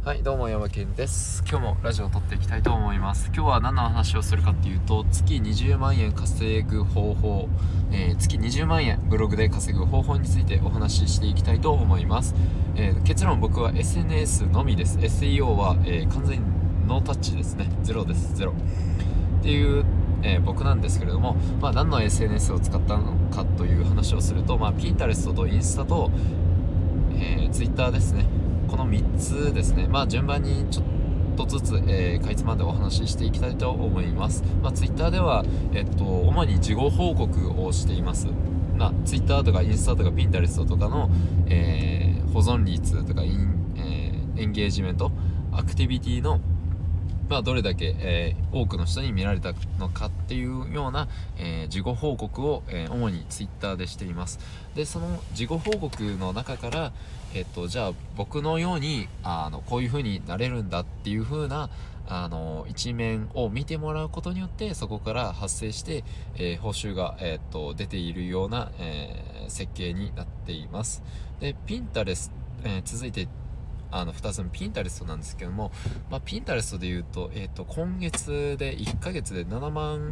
はい、どうも山健です。今日もラジオを撮っていきたいと思います。今日は何の話をするかっていうと、月20万円稼ぐ方法、月20万円ブログで稼ぐ方法についてお話ししていきたいと思います。結論、僕は SNS のみです。 SEO は、完全にノータッチですね。ゼロです。ゼロっていう、僕なんですけれども、何の SNS を使ったのかという話をすると、Pinterest とインスタと、Twitter ですね。この3つですね。順番にちょっとずつ、かいつまんでお話ししていきたいと思います。Twitter では、主に事後報告をしています。Twitter とかインスタとか Pinterest とかの、保存率とかエンゲージメントアクティビティのどれだけ、多くの人に見られたのかっていうような、事後報告を、主に Twitter でしています。で、その事後報告の中から、じゃあ僕のようにこういう風になれるんだっていう風な一面を見てもらうことによって、そこから発生して、報酬が、出ているような、設計になっています。で、Pinterest、続いて2つ目ピンタレストなんですけども、ピンタレストでいうと、今月で1ヶ月で7万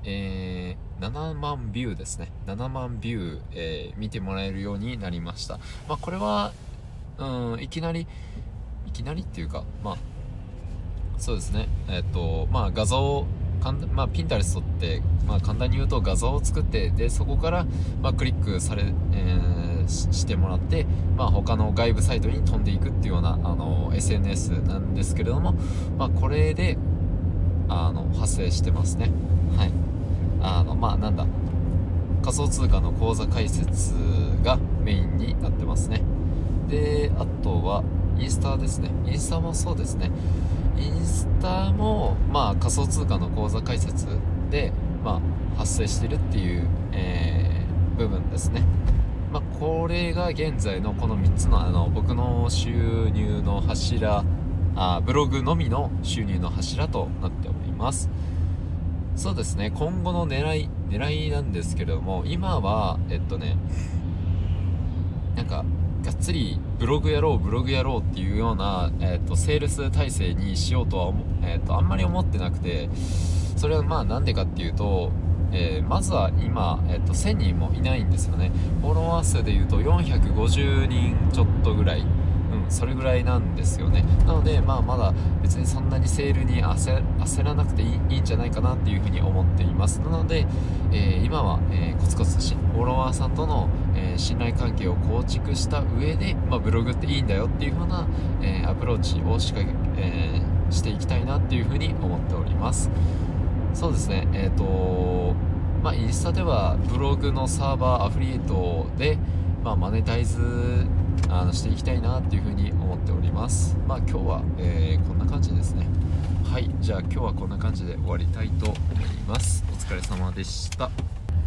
ビューですね。7万ビュー、見てもらえるようになりました。これは、いきなりっていうか、そうですね。画像、ピンタレストって、簡単に言うと画像を作って、で、そこから、クリックされ、してもらって、他の外部サイトに飛んでいくっていうような、SNS なんですけれども、これで、発生してますね。はい。仮想通貨の口座開設がメインになってますね。で、あとは、インスタですね。インスタもそうですね。インスタも、仮想通貨の口座開設で、発生してるっていう、部分ですね。これが現在のこの3つの、僕の収入の柱、ブログのみの収入の柱となっております。そうですね。今後の狙いなんですけれども、今はがっつりブログやろうっていうような、セールス体制にしようとはあんまり思ってなくて、それはなんでかっていうと、まずは今、1000人もいないんですよね。フォロワー数でいうと450人ちょっとぐらい、それぐらいなんですよね。なので、まだ別にそんなにセールに焦らなくていいんじゃないかなっていうふうに思っています。なので、今は、コツコツフォロワーさんとの、信頼関係を構築した上で、ブログっていいんだよっていう風な、アプローチをしていきたいなっていう風に思っております。そうですね。インスタではブログのサーバーアフィリエイトで、マネタイズしていきたいなっていう風に思っております。今日は、こんな感じですね。はい、じゃあ今日はこんな感じで終わりたいと思います。お疲れ様でした。